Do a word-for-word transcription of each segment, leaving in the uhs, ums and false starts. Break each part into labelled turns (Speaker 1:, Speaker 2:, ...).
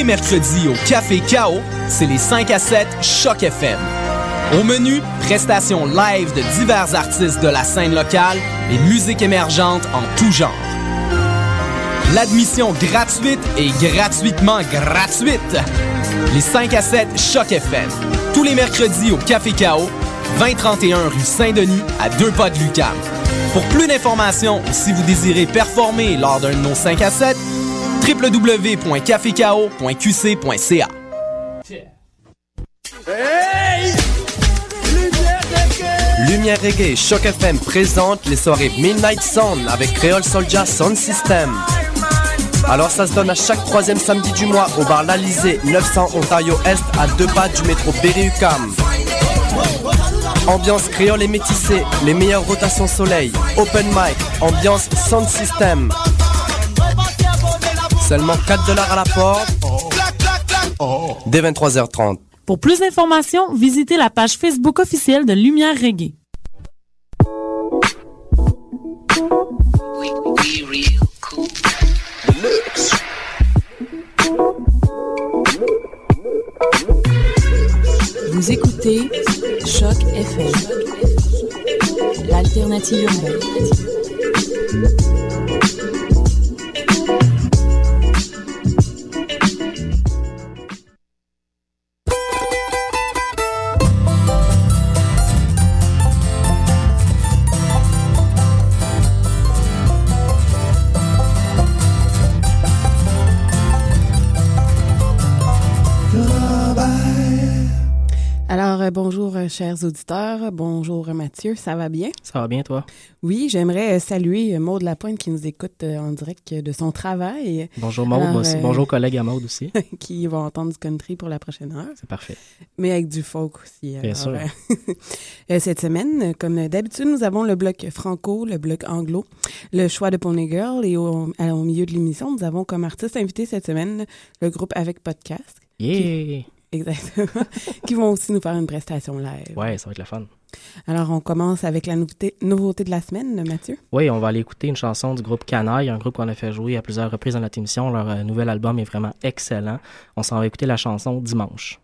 Speaker 1: mercredis au Café K O, c'est les cinq à sept Choc F M. Au menu, prestations live de divers artistes de la scène locale et musique émergente en tout genre. L'admission gratuite et gratuitement gratuite. Les cinq à sept Choc F M. Tous les mercredis au Café K O, vingt trente et un rue Saint-Denis, à deux pas de l'U Q A M. Pour plus d'informations ou si vous désirez performer lors d'un de nos cinq à sept, w w w point café k o point q c point c a.
Speaker 2: Hey!
Speaker 3: Lumière Reggae, Choc F M présente les soirées Midnight Sound avec Creole Soulja Sound System. Alors ça se donne à chaque troisième samedi du mois au bar l'Alizé, neuf cents Ontario Est, à deux pas du métro Berry-U Q A M. Ambiance créole et métissée, les meilleures rotations soleil, open mic, ambiance sound system. Seulement quatre dollars à la porte, dès vingt-trois heures trente.
Speaker 4: Pour plus d'informations, visitez la page Facebook officielle de Lumière Reggae.
Speaker 5: Vous écoutez Choc F M, l'alternative urbaine.
Speaker 6: Alors, euh, bonjour, euh, chers auditeurs. Bonjour, Mathieu. Ça va bien?
Speaker 7: Ça va bien, toi?
Speaker 6: Oui, j'aimerais euh, saluer euh, Maude Lapointe qui nous écoute euh, en direct euh, de son travail.
Speaker 7: Bonjour, Maude.
Speaker 6: Alors,
Speaker 7: aussi.
Speaker 6: euh,
Speaker 7: Bonjour, collègue à Maude aussi.
Speaker 6: qui va entendre du country pour la prochaine heure.
Speaker 7: C'est parfait.
Speaker 6: Mais avec du folk aussi.
Speaker 7: Bien
Speaker 6: alors,
Speaker 7: sûr.
Speaker 6: euh, euh, cette semaine, comme d'habitude, nous avons le bloc franco, le bloc anglo, le choix de Pony Girl. Et au, à- au milieu de l'émission, nous avons comme artiste invité cette semaine le groupe Avec Podcast.
Speaker 7: Yeah!
Speaker 6: Exactement. qui vont aussi nous faire une prestation live.
Speaker 7: Ouais, ça va être le fun.
Speaker 6: Alors, on commence avec la nouveauté, nouveauté de la semaine, Mathieu.
Speaker 7: Oui, on va aller écouter une chanson du groupe Canaille, un groupe qu'on a fait jouer à plusieurs reprises dans notre émission. Leur euh, nouvel album est vraiment excellent. On s'en va écouter la chanson Dimanche.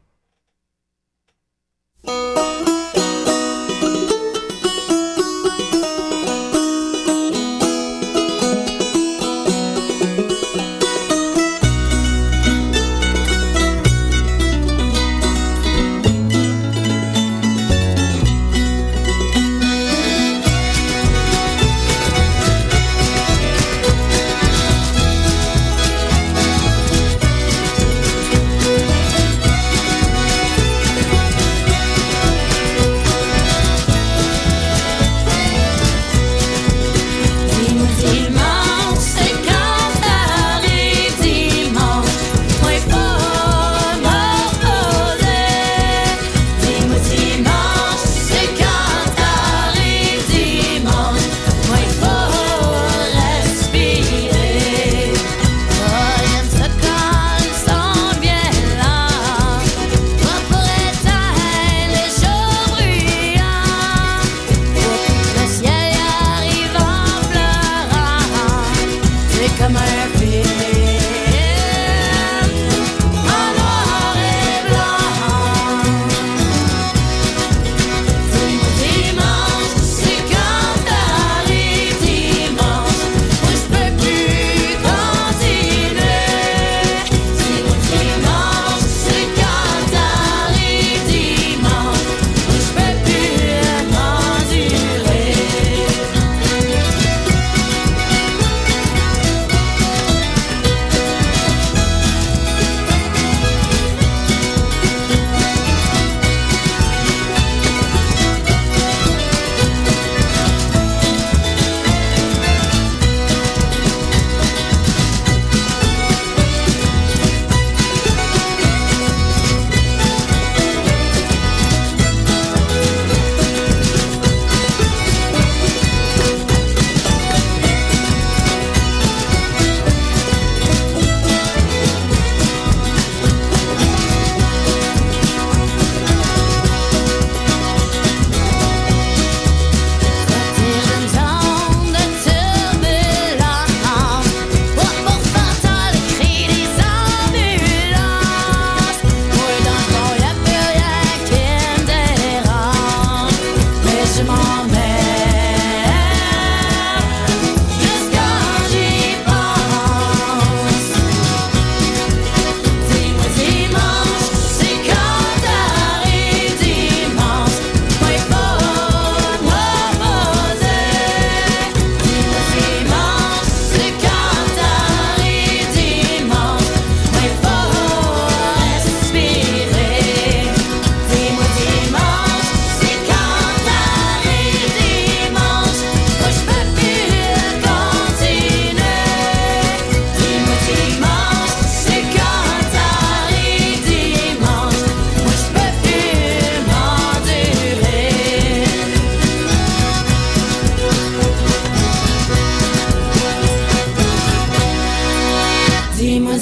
Speaker 2: Dimanche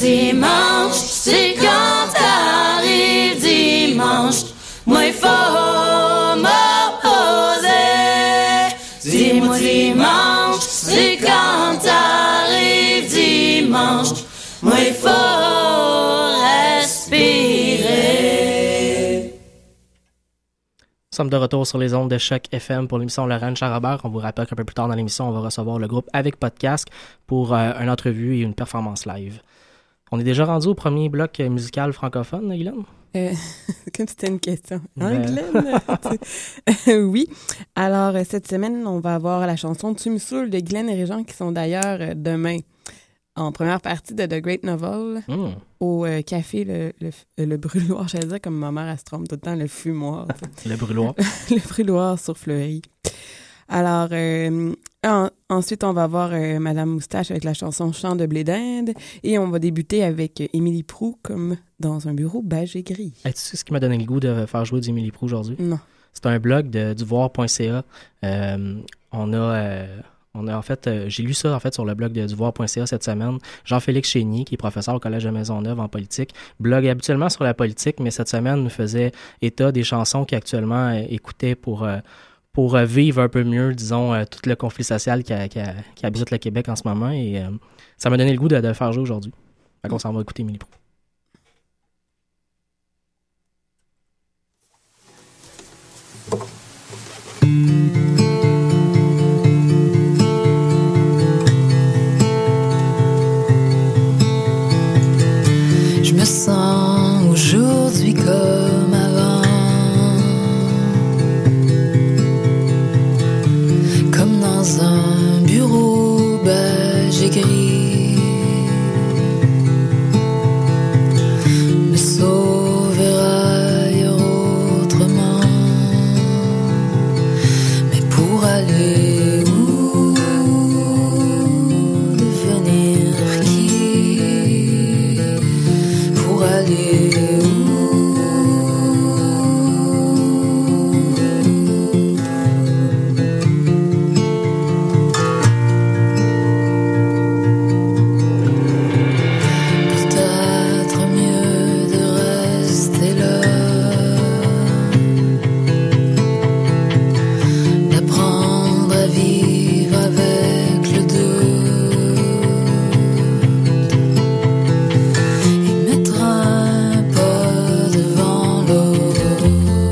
Speaker 2: dimanche, c'est quand t'arrives dimanche. Moi, il faut m'opposer. Dis-moi dimanche, c'est quand t'arrives dimanche. Moi, il faut respirer.
Speaker 7: Nous sommes de retour sur les ondes de Choc F M pour l'émission Lorraine Charrobert. On vous rappelle qu'un peu plus tard dans l'émission, on va recevoir le groupe Avec Podcast pour euh, une entrevue et une performance live. On est déjà rendu au premier bloc musical francophone, Guylaine?
Speaker 6: Euh, comme c'était une question.
Speaker 7: Ben...
Speaker 6: Hein, Guylaine? Oui. Alors, cette semaine, on va avoir la chanson Tu me saoules de Guylaine et Régent qui sont d'ailleurs demain en première partie de The Great Novel mm. au euh, café le, le, le Brûloir. J'allais dire comme ma mère, elle se trompe tout le temps, le fumoir.
Speaker 7: Le Brûloir.
Speaker 6: Le Brûloir sur Fleury. Alors, euh, en, ensuite, on va voir euh, Madame Moustache avec la chanson Chant de blé d'Inde et on va débuter avec euh, Émilie Proulx comme dans un bureau beige et gris.
Speaker 7: Hey, tu sais ce qui m'a donné le goût de faire jouer d'Émilie Proulx aujourd'hui?
Speaker 6: Non.
Speaker 7: C'est un blog de duvoir point c a. Euh, on a... Euh, On a en fait, euh, j'ai lu ça en fait sur le blog de duvoir point c a cette semaine. Jean-Félix Chénier, qui est professeur au Collège de Maisonneuve en politique, blogue habituellement sur la politique, mais cette semaine nous faisait état des chansons qu'il actuellement euh, écoutait pour, euh, pour euh, vivre un peu mieux, disons, euh, tout le conflit social qui, a, qui, a, qui habite le Québec en ce moment. Et euh, ça m'a donné le goût de, de faire jouer aujourd'hui. Fait qu'on s'en va écouter Émilie Proulx.
Speaker 8: Je me sens aujourd'hui comme avant, comme dans un bureau beige et gris. Me sauver ailleurs autrement, mais pour aller où, devenir qui, pour aller où? Peut-être mieux de rester là, d'apprendre à vivre avec le doute et mettre un pas devant l'autre.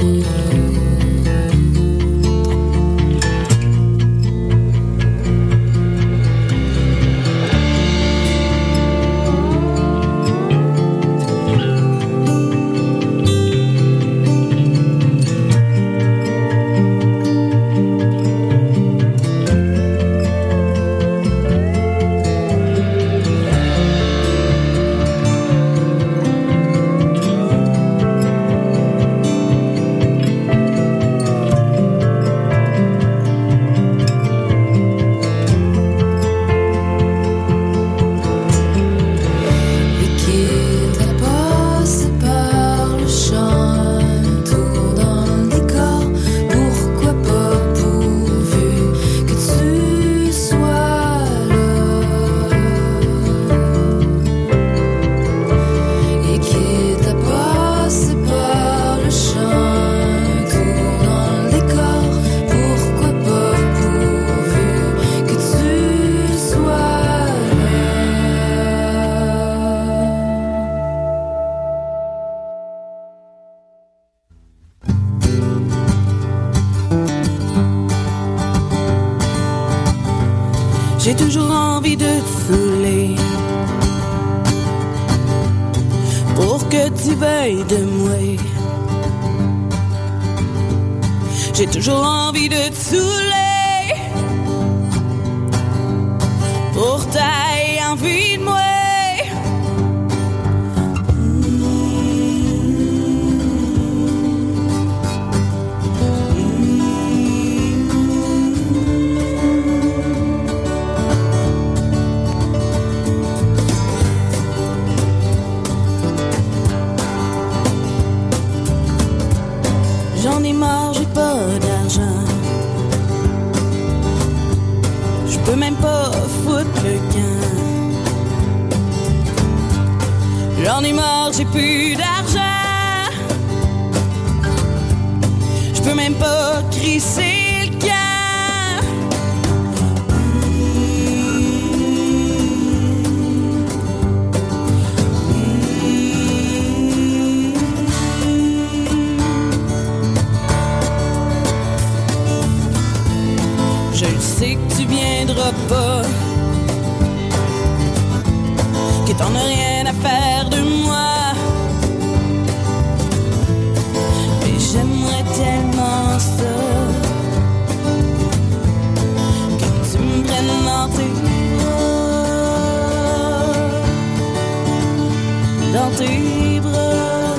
Speaker 8: Et quitte à passer par le champ, un tour dans le décor, pourquoi pas, pourvu que tu sois là. Et quitte à passer par le champ, un tour dans le décor, pourquoi pas, pourvu que tu sois là.
Speaker 6: J'ai toujours envie de te saouler pour que tu veuilles de moi. J'ai toujours envie de te saouler pour t'aille envie de moi. J'en ai marre, j'ai pas d'argent. Je peux même pas foutre le camp.
Speaker 2: J'en ai marre, j'ai plus d'argent. Je peux même pas crisser le camp. Je le sais que tu viendras pas, que t'en as rien à faire de moi. Mais j'aimerais tellement ça, que tu me prennes dans tes bras, dans tes bras.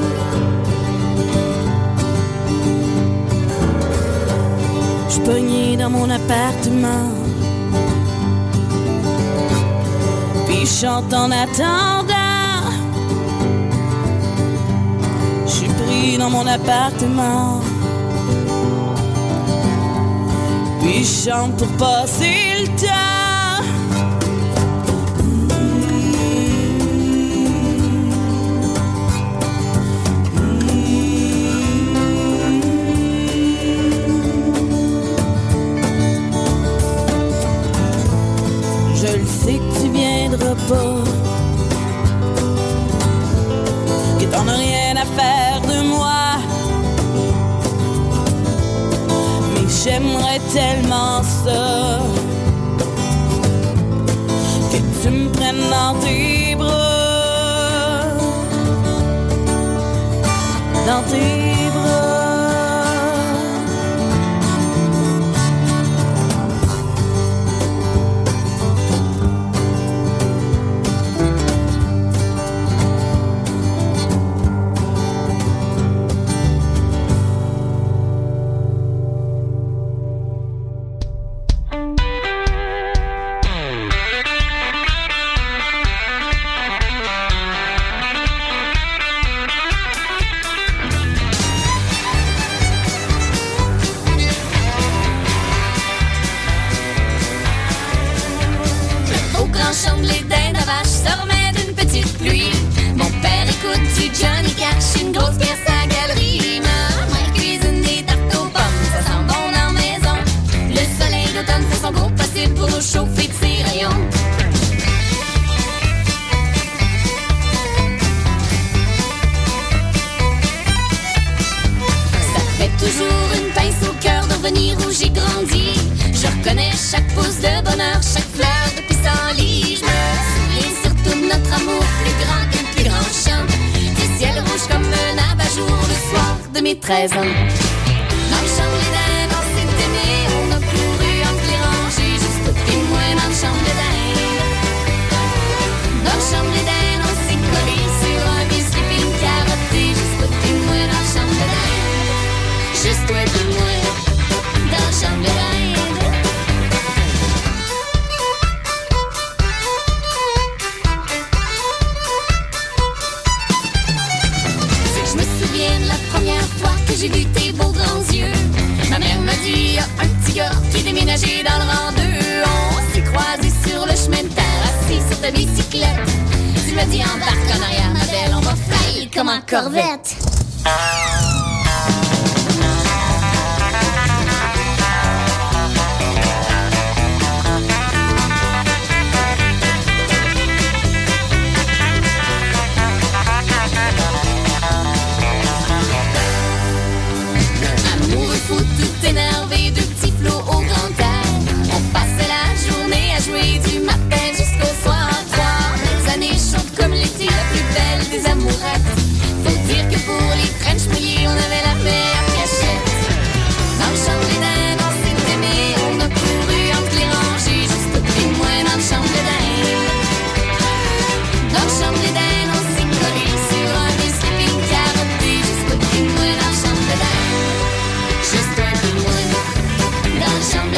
Speaker 2: J'suis pognée dans mon appartement, puis chante en attendant. J'suis pris dans mon appartement, puis chante pour passer le temps. Je le sais que tu viendras pas, que t'en as rien à faire de moi. Mais j'aimerais tellement ça, que tu me prennes dans tes bras, dans tes bras.
Speaker 8: treize ans. Dans le champ des dindes, on s'est aimé, on a couru entre les rangées, juste et moi dans le champ des dindes. Dans le champ des dindes, on s'est collé sur un biscuit et une carotté, juste et moi dans le champ des dindes. Juste toi et moi dans le champ des dindes. J'ai vu tes beaux grands yeux. Ma mère m'a dit, y'a un petit gars qui est déménagé dans le rang deux. On s'est croisés sur le chemin de terre, assis sur ta bicyclette. Tu m'as dit, embarque en arrière, ma belle, on va flyer comme en Corvette. Tout énervé, deux petits flots au grand air. On passait la journée à jouer du matin jusqu'au soir. Trois belles années chaudes comme l'été, la plus belle des amourettes. Faut dire que pour les trenches mouillées, on avait la meilleure cachette. Dans le champ des dindes, on s'est aimé, on a couru entre les rangées, juste plus moins dans le champ des dindes. Dans le champ des dindes, on s'est collé sur un biscuit et une carotté, juste plus moins dans le champ des dindes. Juste un peu moins dans le champ de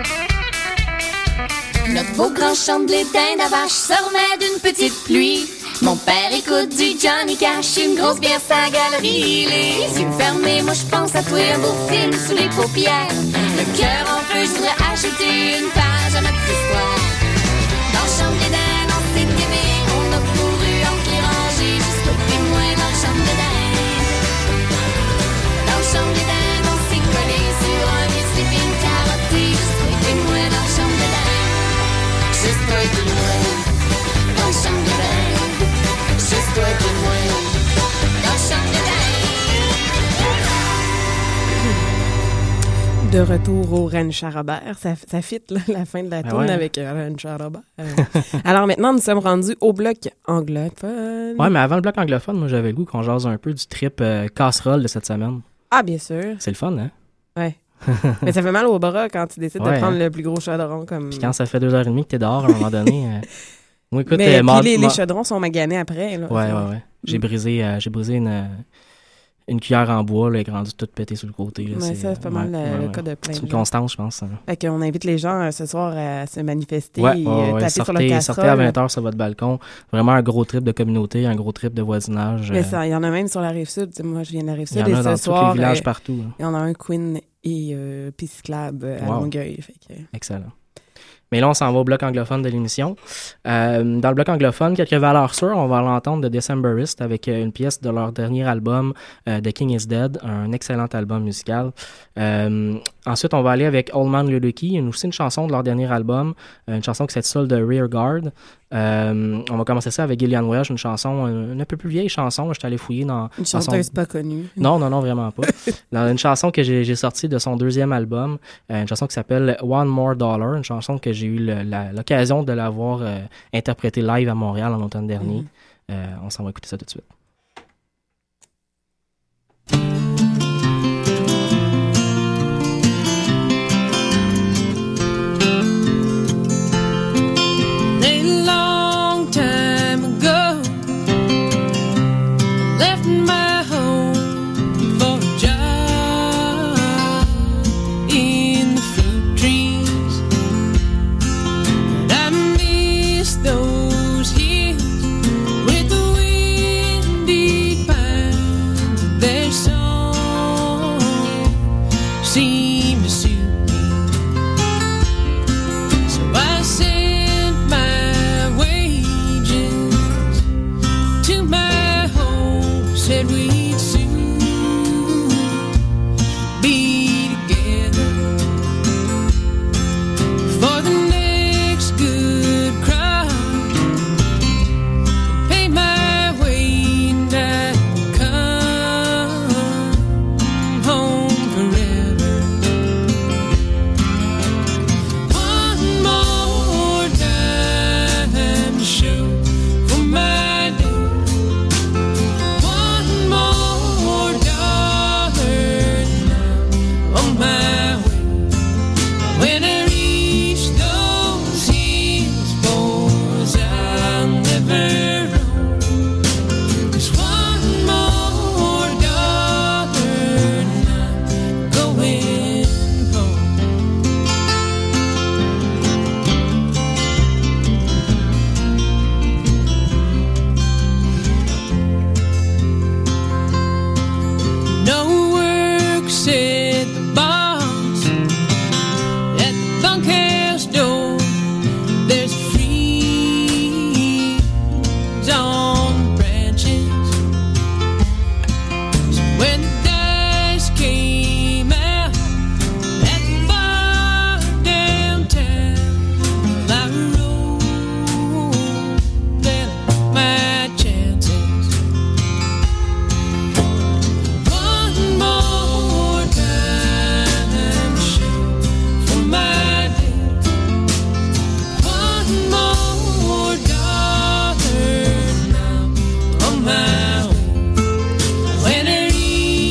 Speaker 8: dindes. Notre beau grand champ de blé d'Inde à vache se remet d'une petite pluie. Mon père écoute du Johnny Cash, une grosse bière sa galerie. Les yeux fermés, moi je pense à toi, un beau film sous les paupières. Le cœur en feu, je voudrais ajouter une page à notre histoire. Dans la chambre d'Éden, on s'est aimé, on a couru entre les rangées, jusqu'au témoin dans la chambre d'Éden. Dans la chambre d'Éden, on s'est collé sur un vieux sleeping carotté, jusqu'au témoin dans la chambre d'Éden. Juste toi et moi, dans la chambre d'Éden. Juste toi et moi, dans la chambre d'Éden.
Speaker 6: De retour au Rancher Robert. Ça, ça fit, là, la fin de la
Speaker 7: Ben
Speaker 6: tourne
Speaker 7: ouais.
Speaker 6: avec euh, Rancher Robert. Euh, alors maintenant, nous sommes rendus au bloc anglophone.
Speaker 7: Ouais, mais avant le bloc anglophone, moi, j'avais le goût qu'on jase un peu du trip euh, casserole de cette semaine.
Speaker 6: Ah, bien sûr.
Speaker 7: C'est le fun, hein?
Speaker 6: Ouais. Mais ça fait mal au bras quand tu décides
Speaker 7: Ouais,
Speaker 6: de prendre
Speaker 7: hein.
Speaker 6: le plus gros chaudron. Comme...
Speaker 7: Puis quand ça fait deux heures et demie que t'es dehors, à un moment donné... euh, Moi, écoute,
Speaker 6: Mais
Speaker 7: euh,
Speaker 6: puis
Speaker 7: mar-
Speaker 6: les, les
Speaker 7: mar-
Speaker 6: chaudrons sont maganés après. Là,
Speaker 7: Ouais,
Speaker 6: ça.
Speaker 7: ouais, ouais. J'ai
Speaker 6: Mm.
Speaker 7: brisé, euh, j'ai brisé une, euh, une cuillère en bois, là, elle est rendue toute pétée sur le côté. Là,
Speaker 6: Ouais, ça, c'est pas
Speaker 7: euh,
Speaker 6: mal
Speaker 7: ouais,
Speaker 6: le,
Speaker 7: ouais,
Speaker 6: le
Speaker 7: ouais.
Speaker 6: cas de plein
Speaker 7: C'est
Speaker 6: de
Speaker 7: une
Speaker 6: gens.
Speaker 7: constance, je pense. hein.
Speaker 6: Fait qu'on invite les gens euh, ce soir à se manifester
Speaker 7: Ouais,
Speaker 6: et
Speaker 7: ouais,
Speaker 6: euh,
Speaker 7: ouais,
Speaker 6: taper sur
Speaker 7: sortez,
Speaker 6: le casserole.
Speaker 7: sortez à vingt heures sur votre balcon. Vraiment un gros trip de communauté, un gros trip de voisinage.
Speaker 6: Mais
Speaker 7: euh,
Speaker 6: ça, il y en a même sur la Rive-Sud. Tu sais, moi, je viens de la
Speaker 7: Il y
Speaker 6: Rive-Sud
Speaker 7: en
Speaker 6: et
Speaker 7: a
Speaker 6: ce
Speaker 7: dans tous
Speaker 6: soir,
Speaker 7: les villages
Speaker 6: euh,
Speaker 7: partout. hein.
Speaker 6: il y en a un Queen et euh, piste cyclable euh, à
Speaker 7: Wow.
Speaker 6: Longueuil. Fait que...
Speaker 7: Excellent. Mais là, on s'en va au bloc anglophone de l'émission. Euh, dans le bloc anglophone, quelques valeurs sûres, on va l'entendre de Decemberist avec euh, une pièce de leur dernier album, euh, The King is Dead, un excellent album musical. Euh, ensuite, on va aller avec Old Man Lucky, une, aussi une chanson de leur dernier album, euh, une chanson qui s'intitule The Rear Guard. Euh, on va commencer ça avec Gillian Welch, une chanson, une, un peu plus vieille chanson. Je suis allé fouiller dans...
Speaker 6: Une
Speaker 7: dans son-
Speaker 6: chanteuse pas connue.
Speaker 7: Non, non, non, vraiment pas. Dans une chanson que j'ai, j'ai sortie de son deuxième album, euh, une chanson qui s'appelle One More Dollar, une chanson que j'ai eu le- la- l'occasion de l'avoir euh, interprétée live à Montréal en automne dernier.
Speaker 6: Mhm.
Speaker 7: Euh, on s'en va écouter ça tout de suite.
Speaker 2: A long time ago, left my home for a job in the fruit trees. And I miss those hills with the windy pines. Their song seemed to suit me. So I sent my wages to my home, said we'd soon be together for the next good crop. Pay my way and I'd come home forever. One more time to show for my dad. One more dollar now on my way. When I reach those hills, boys, I'll never roam. 'Cause one more dollar now going home. No work, said the boss at the bunkhouse door. There's a freeze on the branches. So when the dice came out at the bar downtown, I rolled then my chances. One more time to show for my dad. One more dollar now on my way. When I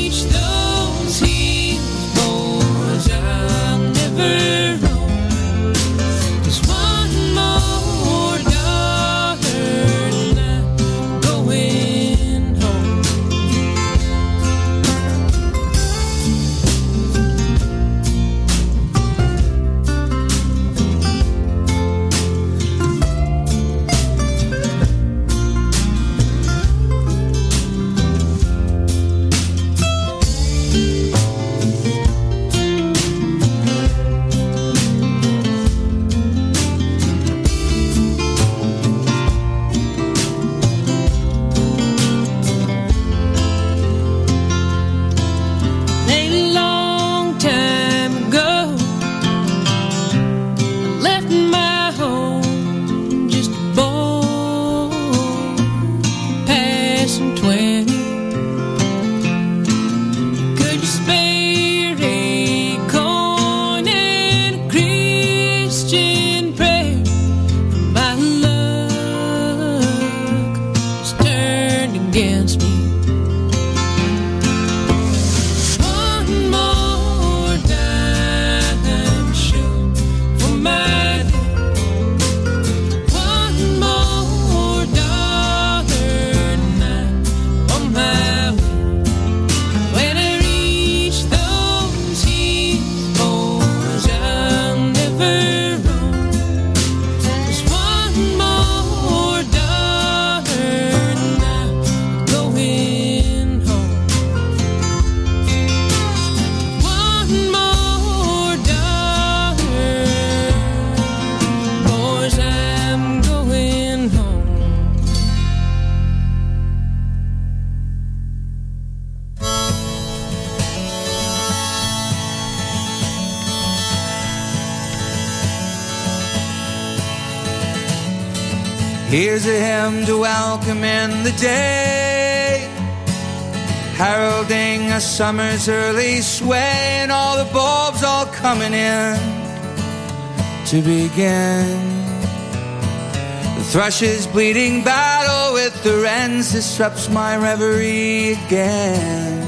Speaker 9: Here's a hymn to welcome in the day, heralding a summer's early sway, and all the bulbs all coming in to begin. The thrush's bleeding battle with the wrens disrupts my reverie again.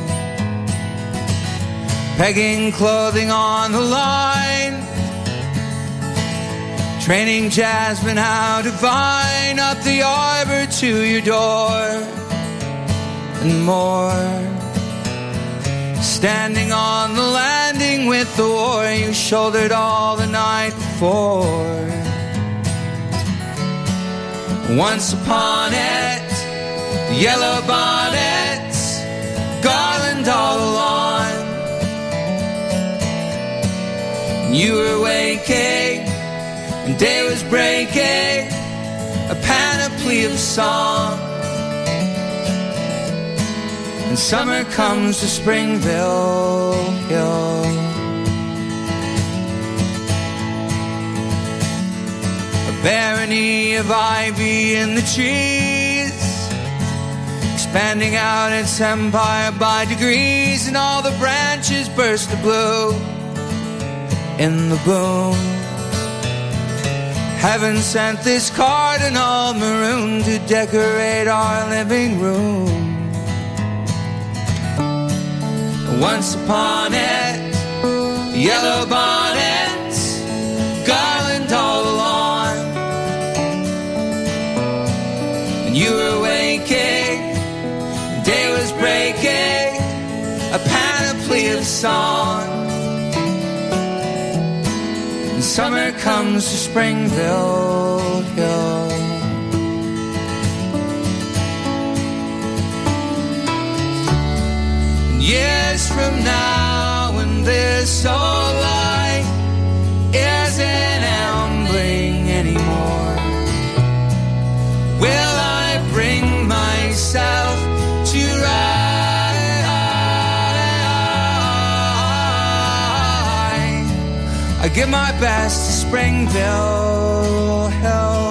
Speaker 9: Pegging clothing on the line, training jasmine how to vine up the arbor to your door, and more. Standing on the landing with the war you shouldered all the night before. Once upon it, the yellow bonnets, garland all along. You were waking, and day was breaking, a panoply of song. And summer comes to Springville Hill. A barony of ivy in the trees, expanding out its empire by degrees, and all the branches burst to blue in the boom. Heaven sent this cardinal maroon to decorate our living room. Once upon it, yellow bonnets, garland all along. And you were waking, day was breaking, a panoply of song. And summer comes to Springville Hill. Years from now, when this old light isn't ambling anymore, will I bring myself to ride? I give my best to Springville Hill.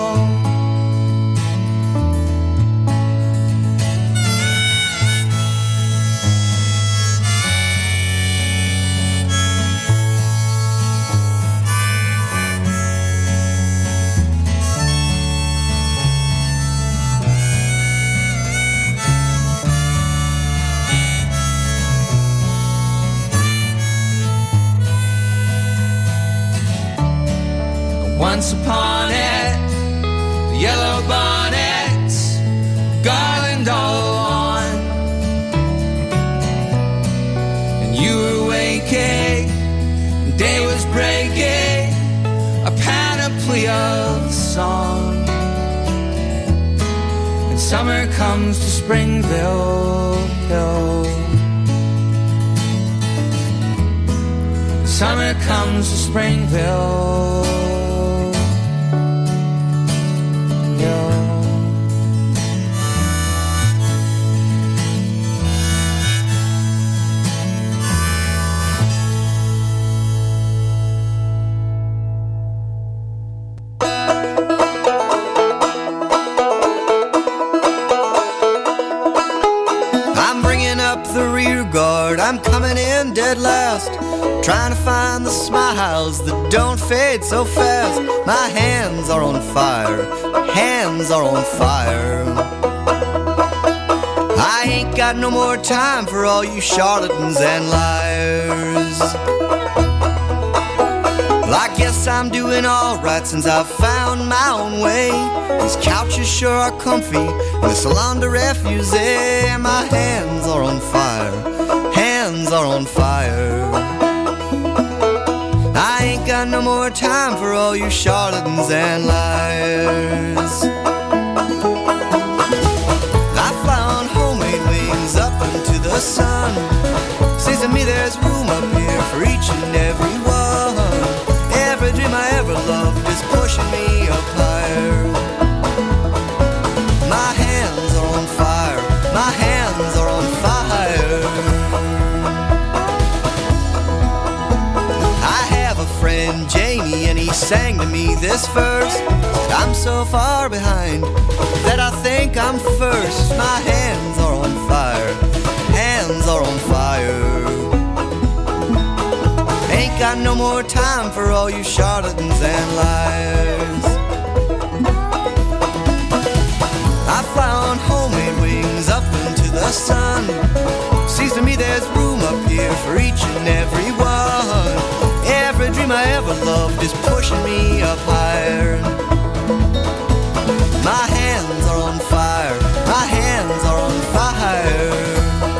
Speaker 9: Once upon it, the yellow bonnets, garland all along. And you were waking, and day was breaking, a panoply of song. And summer comes to Springville Hill. Summer comes to Springville.
Speaker 10: I'm coming in dead last, trying to find the smiles that don't fade so fast. My hands are on fire, hands are on fire. I ain't got no more time for all you charlatans and liars. Well, I guess I'm doing alright since I've found my own way. These couches sure are comfy, and the salon de refuse. My hands are on fire, hands are on fire. I ain't got no more time for all you charlatans and liars. I fly on homemade wings up into the sun. Seems to me there's room up here for each and every one. Every dream I ever loved is pushing me up higher. My hands are on fire, my hands are on fire. I have a friend, Jamie, and he sang to me this verse, that I'm so far behind that I think I'm first. My hands are on fire, hands are on fire. Ain't got no more time for all you charlatans and liars. I fly on homemade wings up into the sun. Seems to me there's room up here for each and every one. Every dream I ever loved is pushing me up higher. My hands are on fire, my hands are on fire.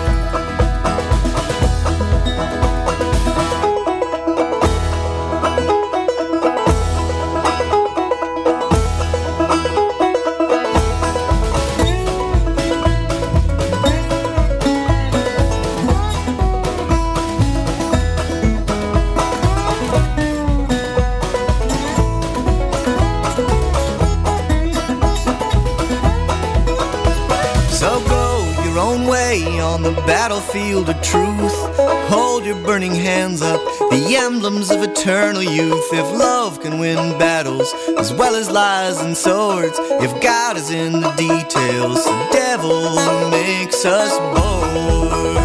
Speaker 10: On the battlefield of truth, hold your burning hands up, the emblems of eternal youth. If love can win battles as well as lies and swords, if God is in the details, the devil who makes us bored.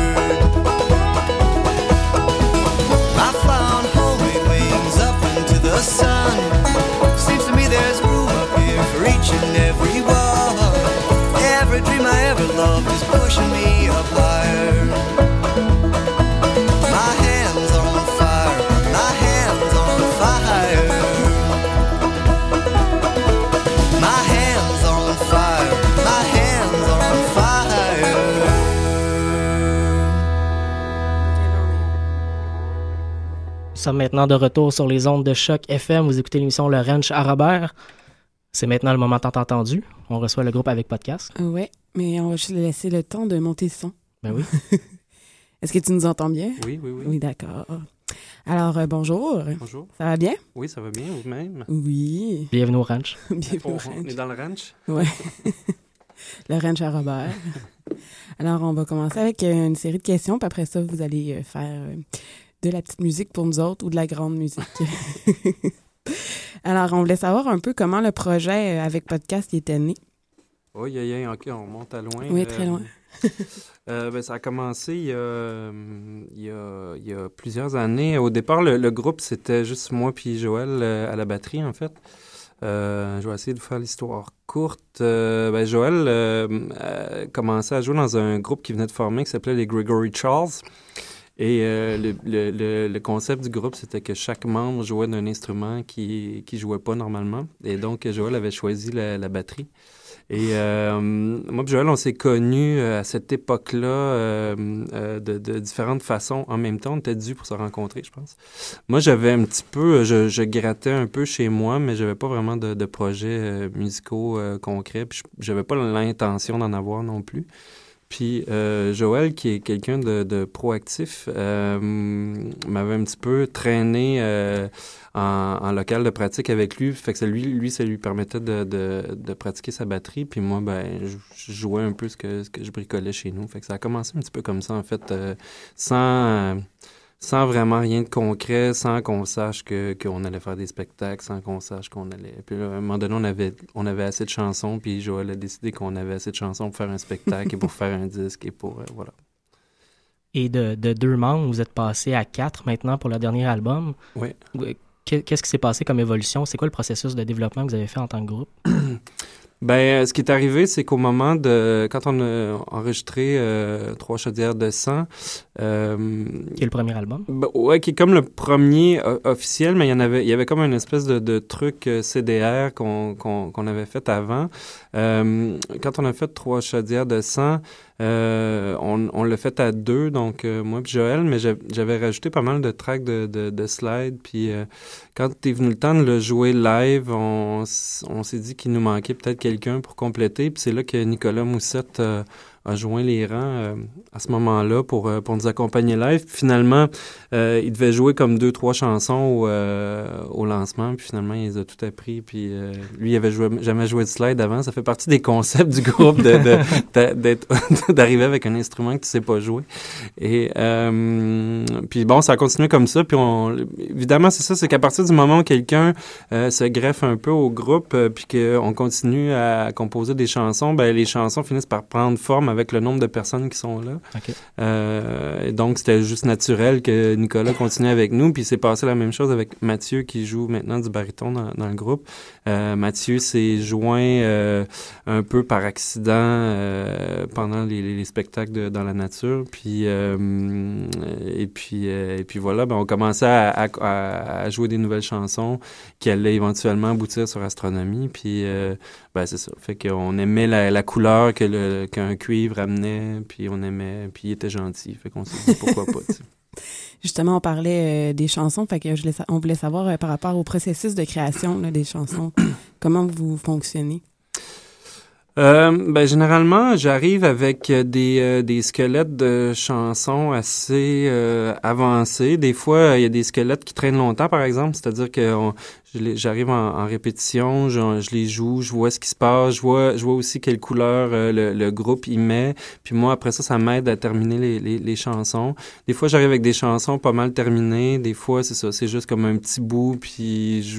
Speaker 10: I fly on homemade wings up into the sun. Seems to me there's room up here for each and every one. Every dream I ever loved is pushing me up higher. My hands are on fire, my hands are on fire. My hands are on fire, my hands are on fire.
Speaker 7: Nous sommes maintenant de retour sur les ondes de Choc F M. Vous écoutez l'émission Le Ranch à Robert. C'est maintenant le moment tant entendu. On reçoit le groupe avec podcast.
Speaker 6: Oui, mais on va juste laisser le temps de monter le son.
Speaker 7: Ben oui.
Speaker 6: Est-ce que tu nous entends bien?
Speaker 11: Oui, oui, oui.
Speaker 6: Oui, d'accord. Alors, euh, bonjour.
Speaker 11: Bonjour.
Speaker 6: Ça va bien?
Speaker 11: Oui, ça va bien, vous-même?
Speaker 6: Oui.
Speaker 7: Bienvenue au ranch.
Speaker 6: Bienvenue
Speaker 11: on,
Speaker 6: au ranch.
Speaker 11: On est dans le ranch?
Speaker 6: Oui. Le ranch à Robert. Alors, on va commencer avec euh, une série de questions, puis après ça, vous allez euh, faire euh, de la petite musique pour nous autres ou de la grande musique. Alors, on voulait savoir un peu comment le projet euh, avec podcast il était né.
Speaker 11: Oui, oh, yeah, yeah, OK, on monte à loin.
Speaker 6: Oui, très loin.
Speaker 11: Euh, euh, ben, ça a commencé il y a, il y a, il y a plusieurs années. Au départ, le, le groupe, c'était juste moi puis Joël euh, à la batterie, en fait. Euh, je vais essayer de vous faire l'histoire courte. Euh, ben, Joël euh, a commencé à jouer dans un groupe qui venait de former qui s'appelait les Gregory Charles. Et euh, le, le, le, le concept du groupe, c'était que chaque membre jouait d'un instrument qui ne jouait pas normalement. Et donc, Joël avait choisi la, la batterie. Et euh, moi et Joël, on s'est connus à cette époque-là euh, euh, de, de différentes façons. En même temps, on était dû pour se rencontrer, je pense. Moi, j'avais un petit peu... Je, je grattais un peu chez moi, mais j'avais pas vraiment de, de projets euh, musicaux euh, concrets. Puis j'avais pas l'intention d'en avoir non plus. Puis euh, Joël, qui est quelqu'un de, de proactif, euh, m'avait un petit peu traîné euh, en, en local de pratique avec lui. Fait que ça, lui, lui, ça lui permettait de, de, de pratiquer sa batterie. Puis moi, ben, je, je jouais un peu ce que, ce que je bricolais chez nous. Fait que ça a commencé un petit peu comme ça, en fait, euh, sans... Euh, sans vraiment rien de concret, sans qu'on sache que qu'on allait faire des spectacles, sans qu'on sache qu'on allait... Puis là, à un moment donné, on avait, on avait assez de chansons, puis Joël a décidé qu'on avait assez de chansons pour faire un spectacle et pour faire un disque et pour... Euh, voilà.
Speaker 7: Et de, de deux membres, vous êtes passé à quatre maintenant pour le dernier album.
Speaker 11: Oui.
Speaker 7: Qu'est-ce qui s'est passé comme évolution? C'est quoi le processus de développement que vous avez fait en tant que groupe?
Speaker 11: Ben, ce qui est arrivé, c'est qu'au moment de... Quand on a enregistré euh, Trois chaudières de sang... Euh,
Speaker 7: qui est le premier album?
Speaker 11: Ben, ouais, qui est comme le premier euh, officiel, mais il y en avait, il y avait comme une espèce de, de truc euh, C D R qu'on, qu'on, qu'on avait fait avant. Euh, quand on a fait Trois chaudières de sang, euh, on, on l'a fait à deux, donc euh, moi et Joël, mais j'avais rajouté pas mal de tracks de, de, de slides, puis euh, quand est venu le temps de le jouer live, on, on s'est dit qu'il nous manquait peut-être quelqu'un pour compléter, puis c'est là que Nicolas Moussette euh, a joint les rangs euh, à ce moment-là pour, euh, pour nous accompagner live. Puis finalement, euh, il devait jouer comme deux, trois chansons au, euh, au lancement. Puis finalement, il les a tout appris. Puis euh, lui, il avait joué, jamais joué de slide avant. Ça fait partie des concepts du groupe de, de, de, d'être, d'arriver avec un instrument que tu sais pas jouer. Et euh, puis bon, ça a continué comme ça. Puis on, évidemment, c'est ça, c'est qu'à partir du moment où quelqu'un euh, se greffe un peu au groupe, euh, puis qu'on continue à composer des chansons, ben les chansons finissent par prendre forme avec le nombre de personnes qui sont là.
Speaker 7: Okay.
Speaker 11: Euh, et donc, c'était juste naturel que Nicolas continue avec nous. Puis, c'est passé la même chose avec Mathieu, qui joue maintenant du baryton dans, dans le groupe. Euh, Mathieu s'est joint euh, un peu par accident euh, pendant les, les, les spectacles de, dans la nature. Puis, euh, et puis, euh, et puis voilà, ben, on commençait à, à, à jouer des nouvelles chansons qui allaient éventuellement aboutir sur Astronomie. Puis, euh, ben, c'est ça. Fait qu'on aimait la, la couleur que le, qu'un cuivre amenait, puis on aimait, puis il était gentil. Fait qu'on s'est dit pourquoi pas, tu sais.
Speaker 6: Justement, on parlait euh, des chansons, fait que je voulais, on voulait savoir euh, par rapport au processus de création là, des chansons, comment vous fonctionnez?
Speaker 11: Euh, ben généralement, j'arrive avec des euh, des squelettes de chansons assez euh, avancés. Des fois, il y a des squelettes qui traînent longtemps, par exemple. C'est-à-dire que on, je les, j'arrive en, en répétition, je, je les joue, je vois ce qui se passe, je vois je vois aussi quelle couleur euh, le, le groupe y met. Puis moi, après ça, ça m'aide à terminer les, les, les chansons. Des fois, j'arrive avec des chansons pas mal terminées. Des fois, c'est ça, c'est juste comme un petit bout, puis je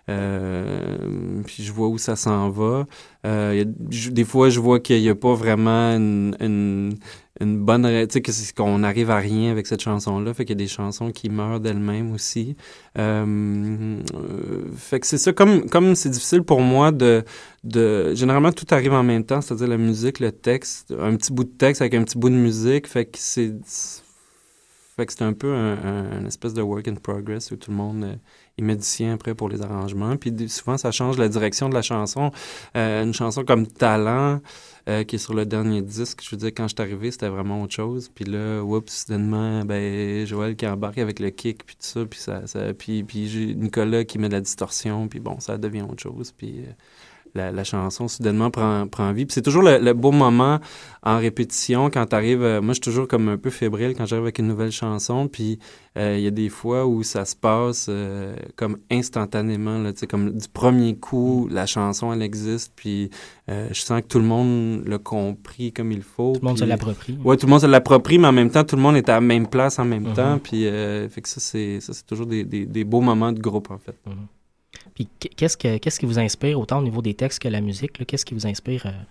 Speaker 11: Euh, puis je vois où ça s'en va. Euh, y a, j- des fois, je vois qu'il n'y a pas vraiment une, une, une bonne... Tu sais, que c'est, qu'on n'arrive à rien avec cette chanson-là. Fait qu'il y a des chansons qui meurent d'elles-mêmes aussi. Euh, euh, fait que c'est ça. Comme, comme c'est difficile pour moi de, de... Généralement, tout arrive en même temps, c'est-à-dire la musique, le texte, un petit bout de texte avec un petit bout de musique. Fait que c'est... Fait que c'est un peu un, un, un espèce de work in progress où tout le monde euh, y met du sien après pour les arrangements. Puis souvent, ça change la direction de la chanson. Euh, une chanson comme Talent, euh, qui est sur le dernier disque, je veux dire, quand je suis arrivé, c'était vraiment autre chose. Puis là, oups, soudainement, ben, Joël qui embarque avec le kick, puis tout ça, puis ça, ça puis, puis j'ai Nicolas qui met de la distorsion, puis bon, ça devient autre chose. Puis... Euh, La, la chanson soudainement prend, prend vie. Puis c'est toujours le, le beau moment en répétition quand t'arrives... Euh, moi, je suis toujours comme un peu fébrile quand j'arrive avec une nouvelle chanson. Puis il euh, y a des fois où ça se passe euh, comme instantanément. Là, comme du premier coup, la chanson, elle existe. Puis euh, je sens que tout le monde l'a compris comme il faut.
Speaker 7: Tout le monde
Speaker 11: puis,
Speaker 7: se l'approprie.
Speaker 11: Oui, tout le monde se l'approprie, mais en même temps, tout le monde est à la même place en même
Speaker 7: Mm-hmm.
Speaker 11: temps. Puis euh, fait que ça, c'est, ça, c'est toujours des, des, des beaux moments de groupe, en fait.
Speaker 7: Mm-hmm. Puis qu'est-ce, que, qu'est-ce qui vous inspire autant au niveau des textes que la musique? Là? Qu'est-ce qui vous inspire? Euh...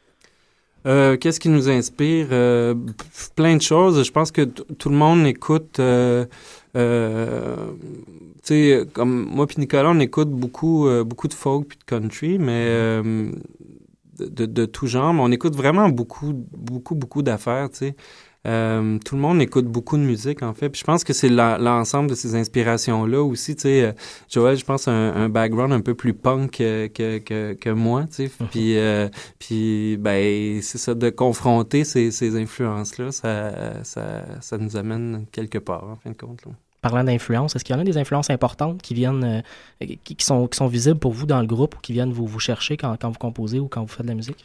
Speaker 11: Euh, qu'est-ce qui nous inspire? Euh, plein de choses. Je pense que t- tout le monde écoute... Euh, euh, tu sais, comme moi puis Nicolas, on écoute beaucoup, euh, beaucoup de folk puis de country, mais euh, de, de, de tout genre. Mais on écoute vraiment beaucoup, beaucoup, beaucoup d'affaires, tu sais. Euh, tout le monde écoute beaucoup de musique, en fait. Puis je pense que c'est la, l'ensemble de ces inspirations-là aussi. Tu sais, euh, Joël, je pense, a un, un background un peu plus punk que, que, que, que moi, tu sais. Mm-hmm. Puis, euh, puis, ben, c'est ça, de confronter ces, ces influences-là, ça, ça, ça nous amène quelque part, en fin de compte, là.
Speaker 7: Parlant d'influence, est-ce qu'il y en a des influences importantes qui viennent, euh, qui, qui, sont, qui sont visibles pour vous dans le groupe ou qui viennent vous, vous chercher quand, quand vous composez ou quand vous faites de la musique?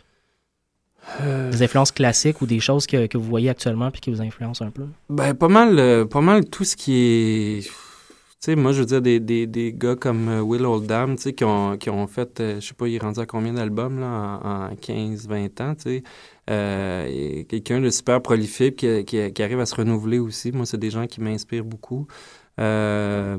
Speaker 7: Euh... Des influences classiques ou des choses que, que vous voyez actuellement puis qui vous influencent un peu?
Speaker 11: Ben, pas mal, euh, pas mal tout ce qui est... Tu sais, moi, je veux dire, des, des, des gars comme euh, Will Oldham, tu sais, qui ont, qui ont fait, euh, je sais pas, il est rendu à combien d'albums, là, en, en quinze vingt ans, tu sais. Euh, quelqu'un de super prolifique qui, qui, qui arrive à se renouveler aussi. Moi, c'est des gens qui m'inspirent beaucoup. Euh,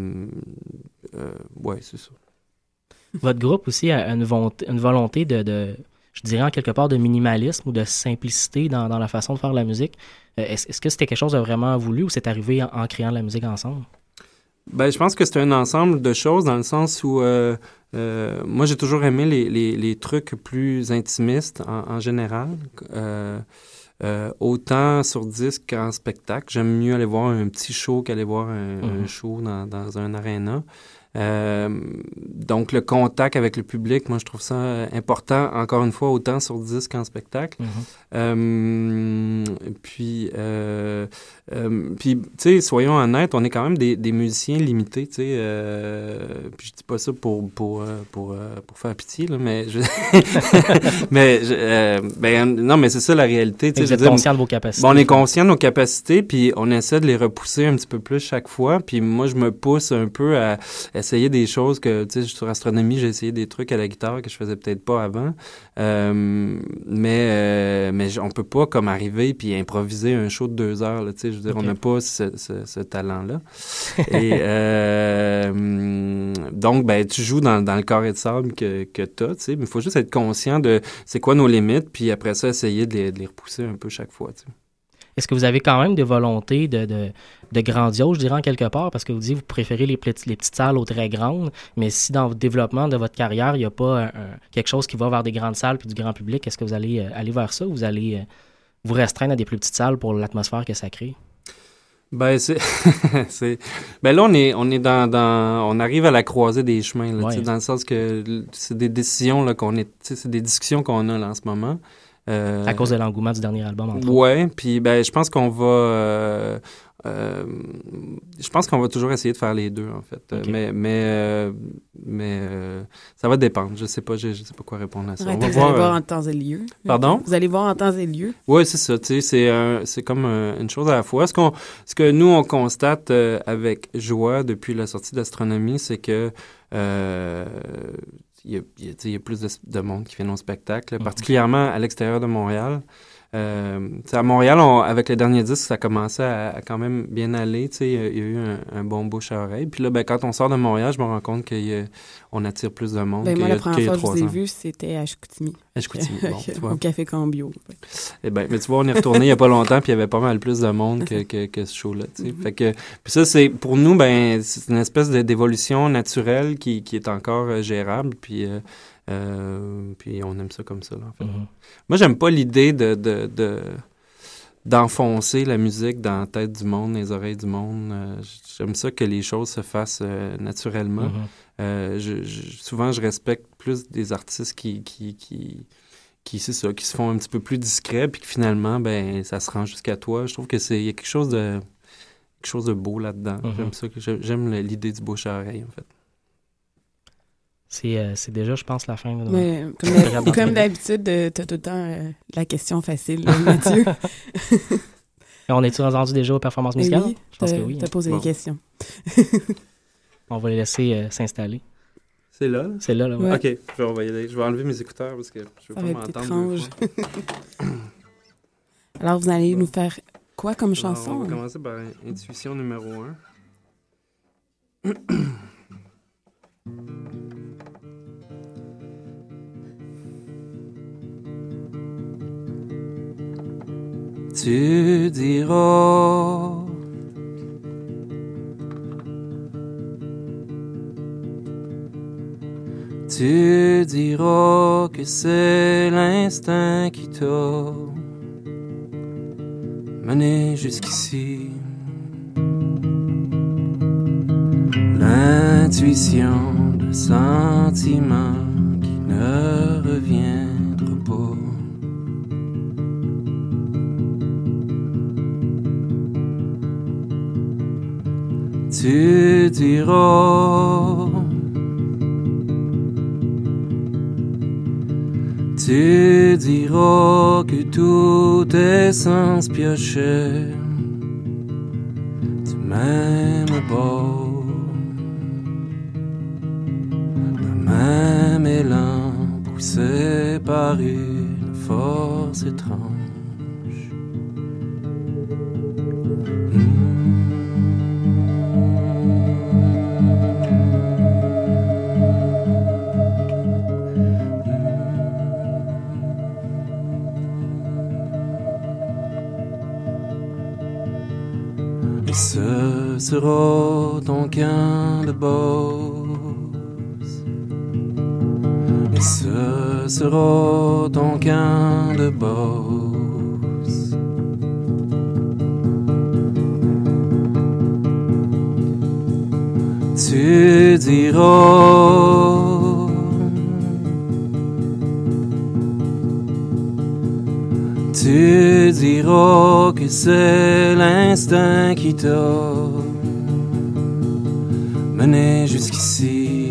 Speaker 11: euh, ouais, c'est ça.
Speaker 7: Votre groupe aussi a une volonté, une volonté de... de... je dirais en quelque part de minimalisme ou de simplicité dans, dans la façon de faire de la musique. Euh, est-ce, est-ce que c'était quelque chose de vraiment voulu ou c'est arrivé en, en créant de la musique ensemble?
Speaker 11: Ben, je pense que c'est un ensemble de choses dans le sens où euh, euh, moi, j'ai toujours aimé les, les, les trucs plus intimistes en, en général. Euh, euh, autant sur disque qu'en spectacle. J'aime mieux aller voir un petit show qu'aller voir un, mm-hmm. un show dans, dans un aréna. Euh, donc, le contact avec le public, moi, je trouve ça important, encore une fois, autant sur dix qu'en spectacle. Mm-hmm. Euh, puis, euh, euh, puis tu sais, soyons honnêtes, on est quand même des, des musiciens limités, tu sais. Euh, puis je dis pas ça pour, pour, pour, pour faire pitié, là, mais... Je... mais, je, euh, ben, non, mais c'est ça la réalité.
Speaker 7: Vous êtes conscient de vos capacités.
Speaker 11: Bon, on est conscient de nos capacités, puis on essaie de les repousser un petit peu plus chaque fois. Puis moi, je me pousse un peu à essayer des choses que, tu sais, sur Astronomie, j'ai essayé des trucs à la guitare que je faisais peut-être pas avant. Euh, mais euh, mais on peut pas comme arriver puis improviser un show de deux heures, là, tu sais. Je veux dire, okay. On n'a pas ce, ce, ce talent-là. Et euh, donc, ben, tu joues dans, dans le carré de sable que, que tu as, tu sais. Mais il faut juste être conscient de c'est quoi nos limites, puis après ça, essayer de les, de les repousser un peu chaque fois, tu sais.
Speaker 7: Est-ce que vous avez quand même des volontés de, de, de grandiose, je dirais, en quelque part? Parce que vous dites que vous préférez les, petits, les petites salles aux très grandes, mais si dans le développement de votre carrière, il n'y a pas un, un, quelque chose qui va vers des grandes salles puis du grand public, est-ce que vous allez euh, aller vers ça ou vous allez euh, vous restreindre à des plus petites salles pour l'atmosphère que ça crée?
Speaker 11: Ben, c'est... c'est... Ben là, on est, on est dans, dans... On arrive à la croisée des chemins, là, ouais. Dans le sens que c'est des décisions, là, qu'on est... C'est des discussions qu'on a, là, en ce moment. Euh,
Speaker 7: à cause de l'engouement du dernier album, entre autres.
Speaker 11: Ouais, puis ben je pense qu'on va, euh, euh, je pense qu'on va toujours essayer de faire les deux en fait. Okay. Mais mais euh, mais euh, ça va dépendre. Je sais pas, je, je sais pas quoi répondre à ça.
Speaker 6: Ouais,
Speaker 11: on va
Speaker 6: vous
Speaker 11: voir,
Speaker 6: allez voir
Speaker 11: euh...
Speaker 6: en temps et lieu.
Speaker 11: Pardon?
Speaker 6: Vous allez voir en temps et lieu.
Speaker 11: Oui, c'est ça. Tu sais, c'est un, c'est comme un, une chose à la fois. Ce qu'on, ce que nous on constate euh, avec joie depuis la sortie d'Astronomie, c'est que euh, Il y, a, il, y a, il y a plus de, de monde qui vient au spectacle, mm-hmm. particulièrement à l'extérieur de Montréal. Euh, à Montréal, on, avec le dernier disque, ça commençait à, à quand même bien aller. Il y a, il y a eu un, un bon bouche à oreille. Puis là, ben, quand on sort de Montréal, je me rends compte qu'on attire plus de monde.
Speaker 6: Ben, moi, la
Speaker 11: a,
Speaker 6: première fois que je vous ai vu, c'était à Chicoutimi.
Speaker 11: À Chicoutimi, bon, tu vois.
Speaker 6: Au Café Cambio. Ouais.
Speaker 11: Eh ben, mais tu vois, on est retourné il n'y a pas longtemps, puis il y avait pas mal plus de monde que, que, que ce show-là. Mm-hmm. Fait que, puis ça, c'est pour nous, ben, c'est une espèce de, d'évolution naturelle qui, qui est encore euh, gérable. Puis... Euh, Euh, puis on aime ça comme ça, là, en fait. Mm-hmm. Moi, j'aime pas l'idée de, de, de, d'enfoncer la musique dans la tête du monde, les oreilles du monde. Euh, j'aime ça que les choses se fassent euh, naturellement. Mm-hmm. Euh, je, je, souvent, je respecte plus des artistes qui... qui, qui qui c'est ça, qui se font un petit peu plus discrets, puis que finalement, ben, ça se rend jusqu'à toi. Je trouve que c'est, il y a quelque chose de, quelque chose de beau là-dedans. Mm-hmm. J'aime ça, j'aime, j'aime l'idée du bouche à oreille, en fait.
Speaker 7: C'est, euh, c'est déjà, je pense, la fin. Là,
Speaker 6: Mais, comme, comme d'habitude, euh, tu as tout le temps euh, la question facile, là, Mathieu.
Speaker 7: On est-tu rendu déjà aux performances musicales?
Speaker 6: Oui,
Speaker 7: je pense que oui.
Speaker 6: Tu as posé
Speaker 11: bon.
Speaker 6: les questions.
Speaker 7: On va les laisser euh, s'installer.
Speaker 11: C'est là, là?
Speaker 7: C'est là, là. Ouais.
Speaker 11: OK, je vais, envoyer, je vais enlever mes écouteurs parce que je veux
Speaker 6: ça
Speaker 11: pas m'entendre deux fois.
Speaker 6: Alors, vous allez nous faire quoi comme chanson?
Speaker 11: Alors, on va commencer par Intuition numéro un. Tu diras Tu diras que c'est l'instinct qui t'a mené jusqu'ici. L'intuition de sentiments qui ne reviendra pas. Tu diras, tu diras que tout est sans piocher du même bord, le même élan poussé par une force étrange. Ce sera ton camp de boss. Et ce sera ton camp de boss. tu diras, tu diras que c'est l'instinct qui t'a mené jusqu'ici.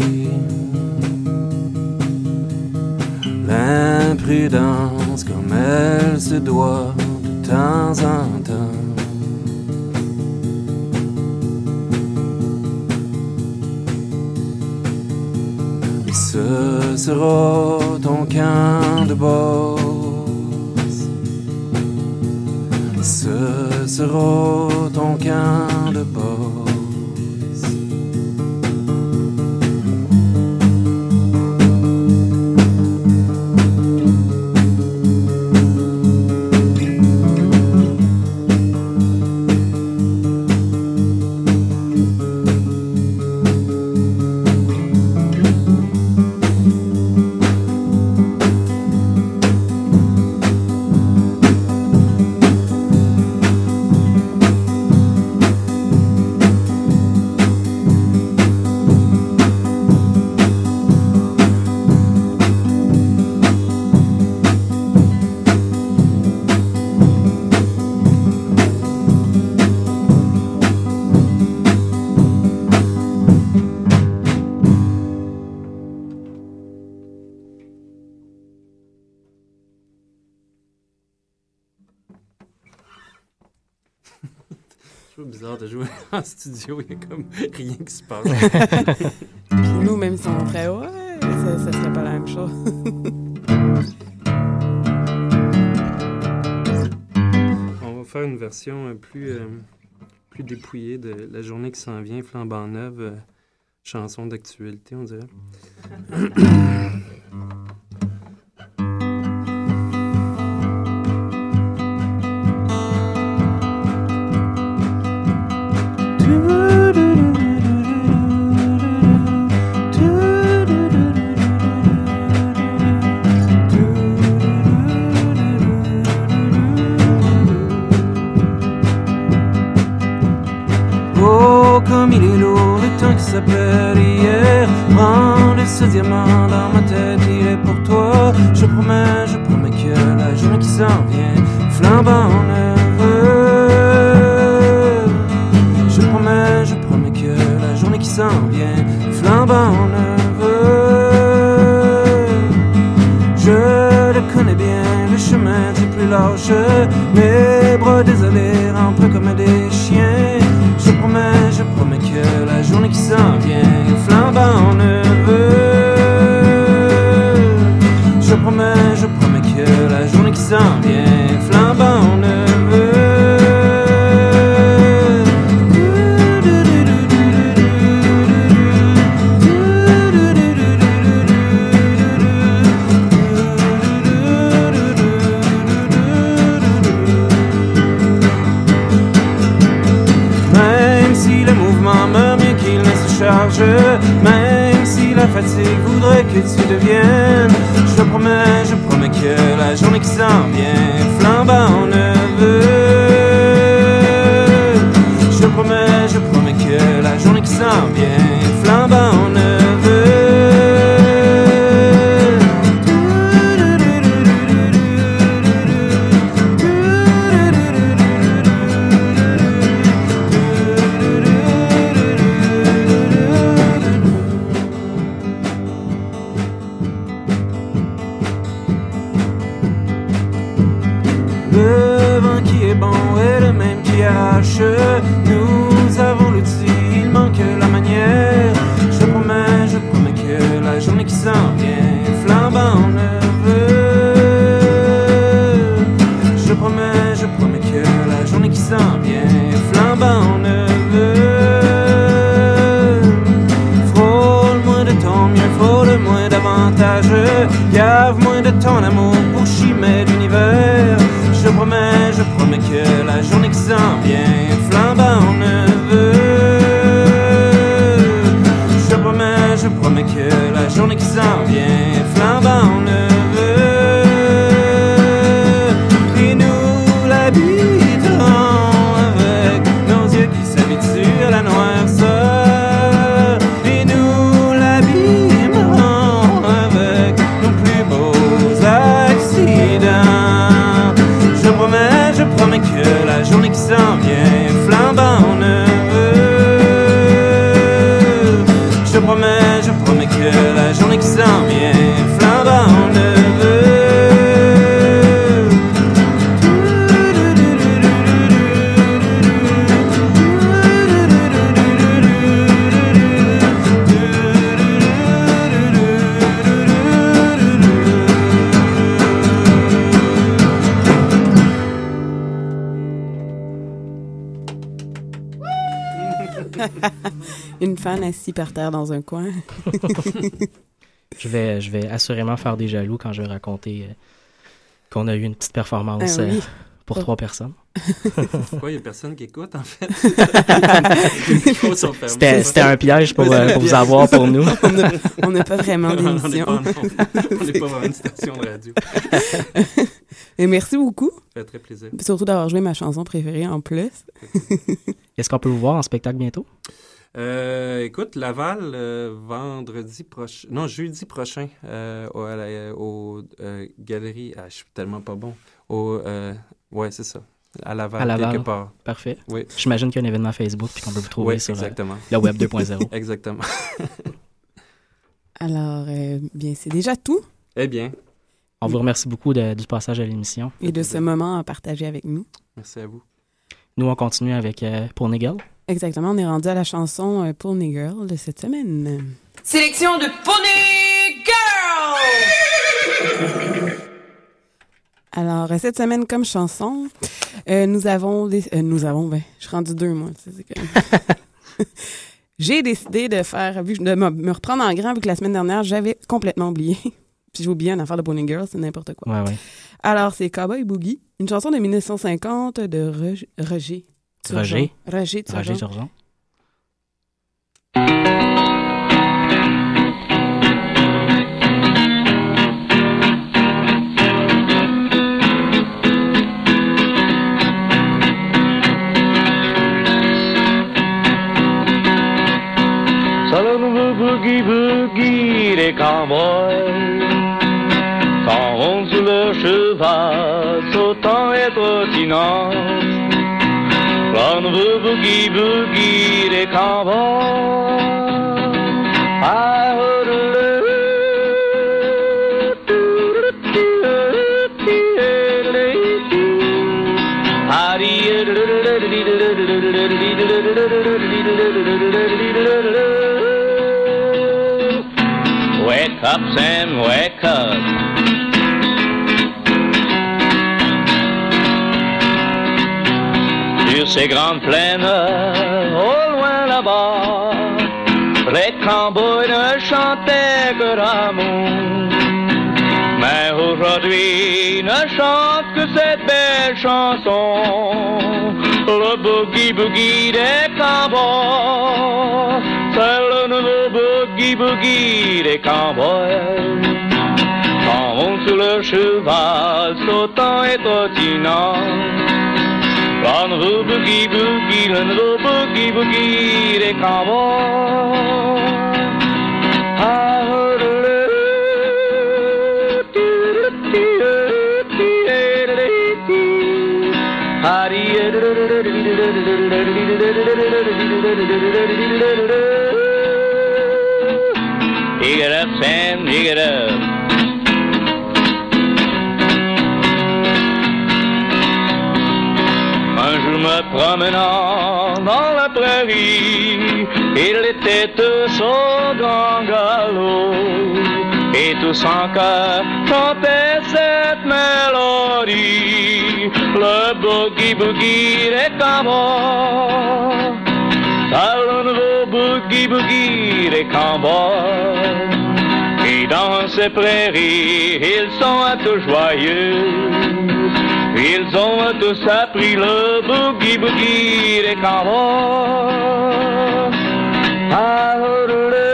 Speaker 11: L'imprudence comme elle se doit de temps en temps. Et ce sera ton camp de base. Ce sera ton camp de base. C'est bizarre de jouer en studio, il y a comme rien qui se passe.
Speaker 6: Puis nous, même si on ferait ouais, ça, ça serait pas la même chose.
Speaker 11: On va faire une version plus, euh, plus dépouillée de La journée qui s'en vient, flambant neuve, euh, chanson d'actualité, on dirait. Comme il est lourd, le temps qui s'appelle hier. Prends ce diamant dans ma tête, il est pour toi. Je promets, je promets que la journée qui s'en vient, flambant neuve. Je promets, je promets que la journée qui s'en vient, flambant neuve. Je le connais bien, le chemin du plus lâche. Mes bras désolés, rampent comme des chiens. Je promets, je promets que la journée qui s'en vient, flambant neuve. Je promets, je promets que la journée qui s'en vient, flambant neuve. Même si la fatigue voudrait que tu deviennes, je te promets, je promets que la journée qui s'en vient, flambant neuve. Je te promets, je promets que la journée qui s'en vient, flambant neuve. Nous avons l'outil, il manque la manière.
Speaker 6: Une fan assise par terre dans un coin.
Speaker 7: je, vais, je vais assurément faire des jaloux quand je vais raconter euh, qu'on a eu une petite performance
Speaker 6: ah, oui.
Speaker 7: euh, pour oh. trois personnes.
Speaker 11: Pourquoi il n'y a personne qui écoute, en fait?
Speaker 7: c'était, c'était un piège pour, euh, pour vous avoir pour nous.
Speaker 6: On n'a pas vraiment d'émission.
Speaker 11: On n'est pas vraiment une station de radio.
Speaker 6: Et merci beaucoup.
Speaker 11: Ça fait très plaisir.
Speaker 6: Surtout d'avoir joué ma chanson préférée en plus.
Speaker 7: Est-ce qu'on peut vous voir en spectacle bientôt?
Speaker 11: Euh, écoute, Laval, euh, vendredi prochain, non, jeudi prochain, euh, au, à la, au euh, Galerie, ah, je suis tellement pas bon, au, euh, ouais, c'est ça, à Laval,
Speaker 7: à Laval,
Speaker 11: quelque part.
Speaker 7: Parfait.
Speaker 11: Oui.
Speaker 7: J'imagine qu'il y a un événement Facebook puis qu'on peut vous trouver
Speaker 11: oui,
Speaker 7: sur euh,
Speaker 11: exactement.
Speaker 7: le web deux point zéro.
Speaker 11: Exactement.
Speaker 6: Alors, euh, bien, c'est déjà tout.
Speaker 11: Eh bien.
Speaker 7: On vous remercie beaucoup de, du passage à l'émission.
Speaker 6: Et de ce moment à partager avec nous.
Speaker 11: Merci à vous.
Speaker 7: Nous, on continue avec euh, Pony Girl.
Speaker 6: Exactement, on est rendu à la chanson euh, Pony Girl de cette semaine.
Speaker 2: Sélection de Pony Girl!
Speaker 6: Alors, euh, cette semaine, comme chanson, euh, nous avons... Des... Euh, nous avons, ben, je suis rendue deux, moi. C'est que... J'ai décidé de faire, vu, de me reprendre en grand, vu que la semaine dernière, j'avais complètement oublié. Puis j'ai oublié une affaire de Pony Girl, c'est n'importe quoi.
Speaker 7: Ouais, ouais.
Speaker 6: Alors, c'est Cowboy Boogie, une chanson de dix-neuf cent cinquante de Roger. Roger.
Speaker 7: Roger.
Speaker 6: Roger Turgeon.
Speaker 7: Roger Turgeon.
Speaker 12: C'est le nouveau boogie boogie des cowboys. S'en vont sur le cheval, sautant et trottinant. Le nouveau boogie boogie des cowboys. Ah, oh, wake up, Sam, wake up. Sur ces grandes plaines, au loin là-bas, les cowboys ne chantaient que l'amour. Mais aujourd'hui, ne chantent que cette belle chanson. Le boogie boogie des cowboys, c'est le nouveau boogie boogie des cowboys. S'en vont sur le cheval, sautant et trottinant. Le nouveau boogie boogie, le nouveau boogie boogie des cowboys. Ah, dig it up, Sam, dig it up. Un jour me promenant dans la prairie, il était au grand galop, et tous en chœur chantaient cette mélodie, le boogie boogie des cowboys. C'est le nouveau boogie boogie des cowboys. Et dans ces prairies, ils sont à tout joyeux. Ils ont tous appris le boogie boogie des cowboys. Ah, oh, oh, oh.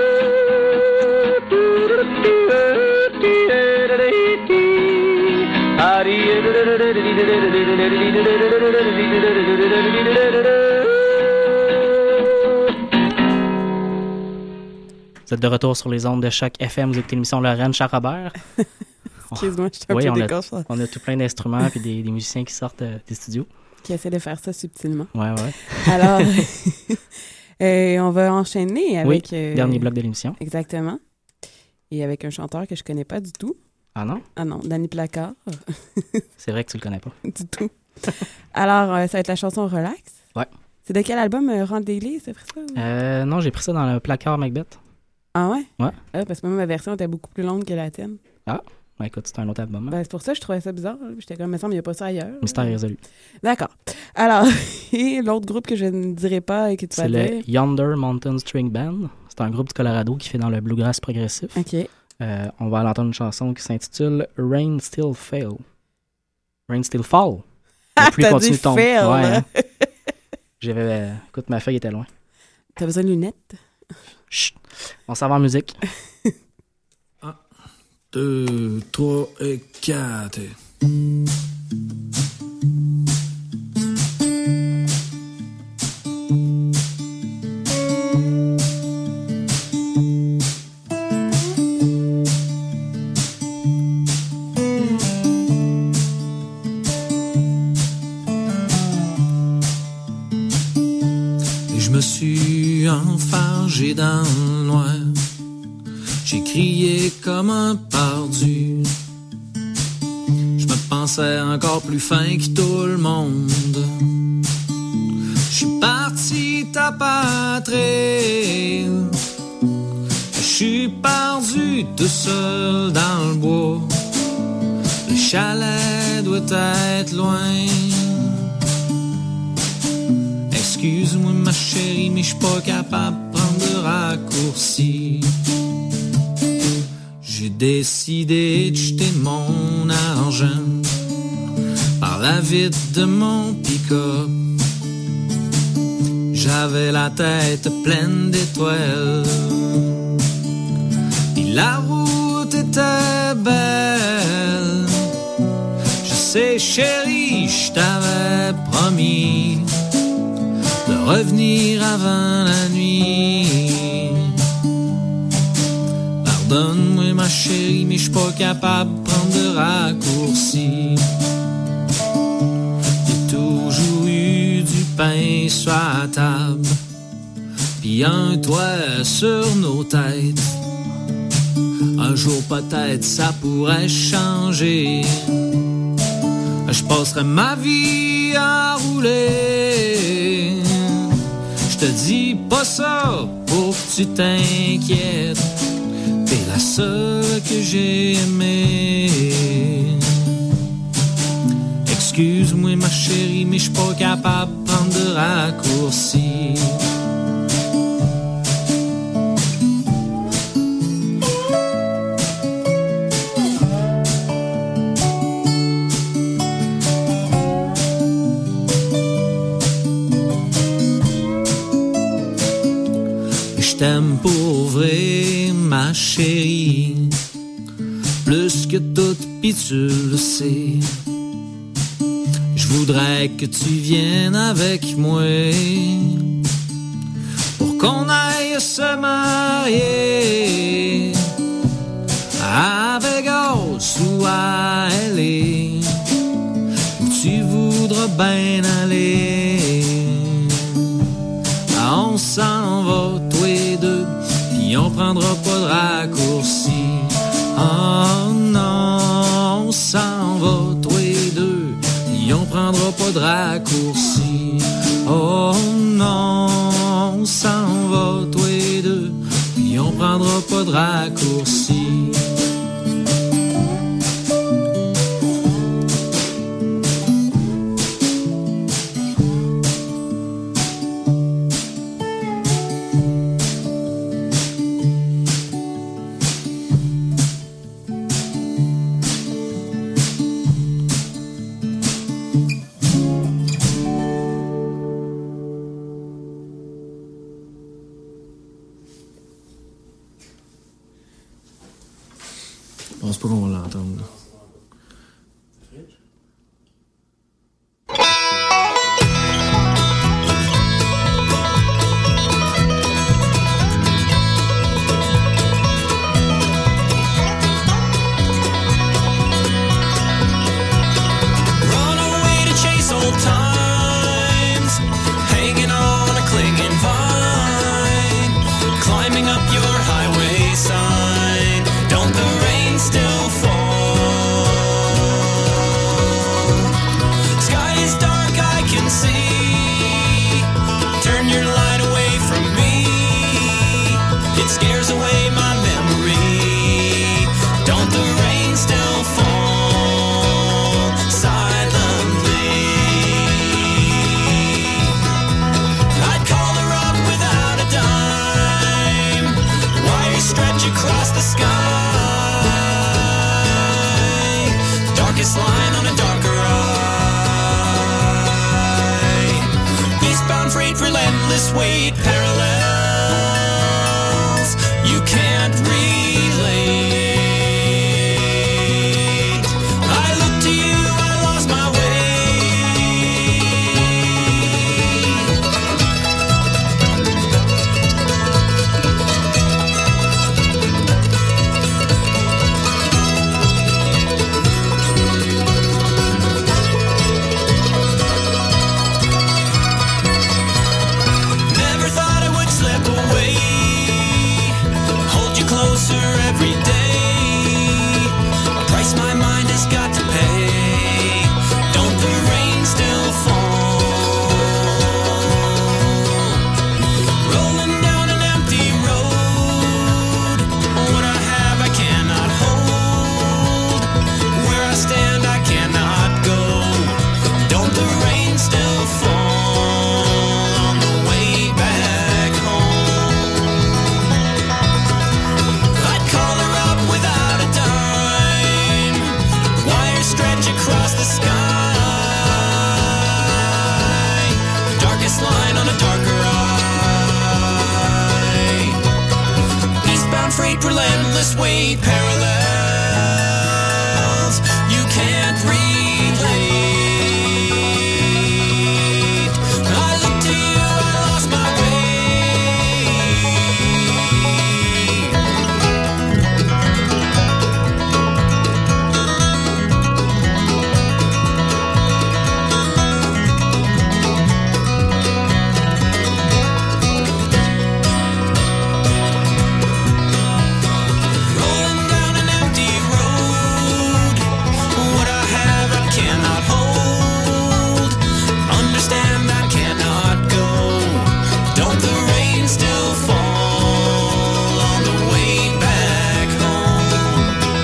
Speaker 7: Vous êtes de retour sur les ondes de Choc F M, vous écoutez l'émission Lorraine Charrobert.
Speaker 6: Excuse-moi, je suis un
Speaker 7: oui,
Speaker 6: peu
Speaker 7: on
Speaker 6: décoche.
Speaker 7: a, on a tout plein d'instruments et des, des musiciens qui sortent euh, des studios.
Speaker 6: Qui essaient de faire ça subtilement.
Speaker 7: Ouais, ouais.
Speaker 6: Alors, euh, on va enchaîner avec...
Speaker 7: Oui,
Speaker 6: euh,
Speaker 7: dernier bloc de l'émission.
Speaker 6: Exactement. Et avec un chanteur que je connais pas du tout.
Speaker 7: Ah non?
Speaker 6: Ah non, Danny Placard.
Speaker 7: C'est vrai que tu le connais pas.
Speaker 6: Du tout. Alors, euh, ça va être la chanson Relax.
Speaker 7: Ouais.
Speaker 6: C'est de quel album, euh, Rendez-les, c'est vrai ça? Ou...
Speaker 7: Euh, non, j'ai pris ça dans le placard Macbeth.
Speaker 6: Ah ouais?
Speaker 7: Ouais.
Speaker 6: Ah, parce que moi, ma version était beaucoup plus longue que la tienne.
Speaker 7: Ah, Ben, écoute, c'est un autre album. Hein?
Speaker 6: Ben, c'est pour ça que je trouvais ça bizarre. J'étais comme, il me semble qu'il n'y a pas ça ailleurs.
Speaker 7: Mystère résolu.
Speaker 6: D'accord. Alors, et l'autre groupe que je ne dirai pas et que tu vas
Speaker 7: c'est
Speaker 6: dire...
Speaker 7: le Yonder Mountain String Band. C'est un groupe du Colorado qui fait dans le bluegrass progressif.
Speaker 6: OK.
Speaker 7: Euh, on va aller entendre une chanson qui s'intitule Rain Still Fail. Rain Still Fall. La pluie
Speaker 6: T'as
Speaker 7: continue
Speaker 6: dit
Speaker 7: de tomber.
Speaker 6: fail,
Speaker 7: Ouais,
Speaker 6: hein?
Speaker 7: hein? J'avais... euh, Écoute, ma feuille était loin.
Speaker 6: T'as besoin de lunettes?
Speaker 7: Chut. On s'en va en musique.
Speaker 13: Un, deux, trois et quatre. Je me suis enfargé dans le noir. J'ai crié comme un perdu. Je me pensais encore plus fin que tout le monde. Je suis parti t'apatrer. Je suis perdu tout seul dans le bois. Le chalet doit être loin. Excuse-moi ma chérie, mais je suis pas capable de prendre de raccourci. J'ai décidé de jeter mon argent par la vitre de mon pick-up. J'avais la tête pleine d'étoiles, puis la route était belle. Je sais chérie, je t'avais promis de revenir avant la nuit. Pardonne-moi ma chérie, mais je suis pas capable de prendre de raccourci. J'ai toujours eu du pain sur la table, pis un toit sur nos têtes. Un jour peut-être ça pourrait changer. Je passerai ma vie à rouler. Je te dis pas ça pour que tu t'inquiètes. T'es la seule que j'ai aimée. Excuse-moi ma chérie, mais je suis pas capable de prendre de raccourci. Je t'aime pour vrai, ma chérie, plus que tout, pis tu le sais. Je voudrais que tu viennes avec moi pour qu'on aille se marier à Vegas ou à L A, où tu voudras bien aller. Ah, on s'en va tous les deux, puis on prendra pas de raccourci. Oh non, on s'en va tous les deux, puis on prendra pas de raccourci. Oh non, on s'en va tous les deux, puis on prendra pas de raccourci. Je pense pas qu'on va l'entendre.
Speaker 14: Run away to chase old times, hanging on a clinging vine, climbing up your highway sign. Don't the rain still fall?
Speaker 13: weight parallels you can't relate. I look to you, I lost my way. Never thought it would slip away. Hold you closer every day. A price my mind has got to pay. Don't the rain still fall? Rolling down an empty road. What I have I cannot hold. Where I stand I cannot go. Don't the rain still fall on the way back home? I'd call her up without a dime. Wires stretch across the sky. Darkest line on a darker eye. Eastbound freight, relentless weight parallels you can't relate. I look to you, I lost my rolling down an empty road. What I have I cannot hold. Understand I cannot go. Don't the rain still fall on the way back home?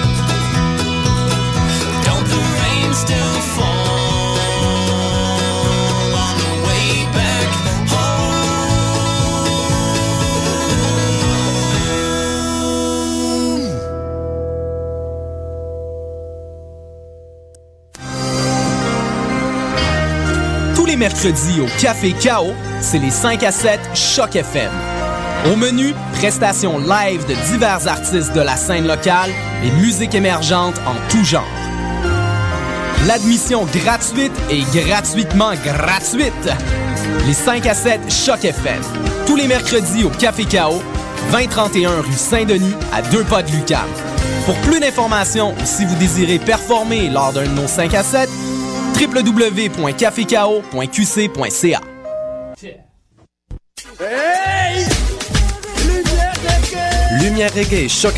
Speaker 13: Don't the rain still fall on the way back home?
Speaker 1: Tous les mercredis au Café K O, c'est les cinq à sept Choc F M. Au menu, prestations live de divers artistes de la scène locale et musique émergente en tout genre. L'admission gratuite et gratuitement gratuite. Les cinq à sept Choc F M. Tous les mercredis au Café K O, vingt trente et un rue Saint-Denis, à deux pas de l'U Q A M. Pour plus d'informations ou si vous désirez performer lors d'un de nos cinq à sept, w w w point café k o point q c point c a.
Speaker 3: Lumière Reggae, Choc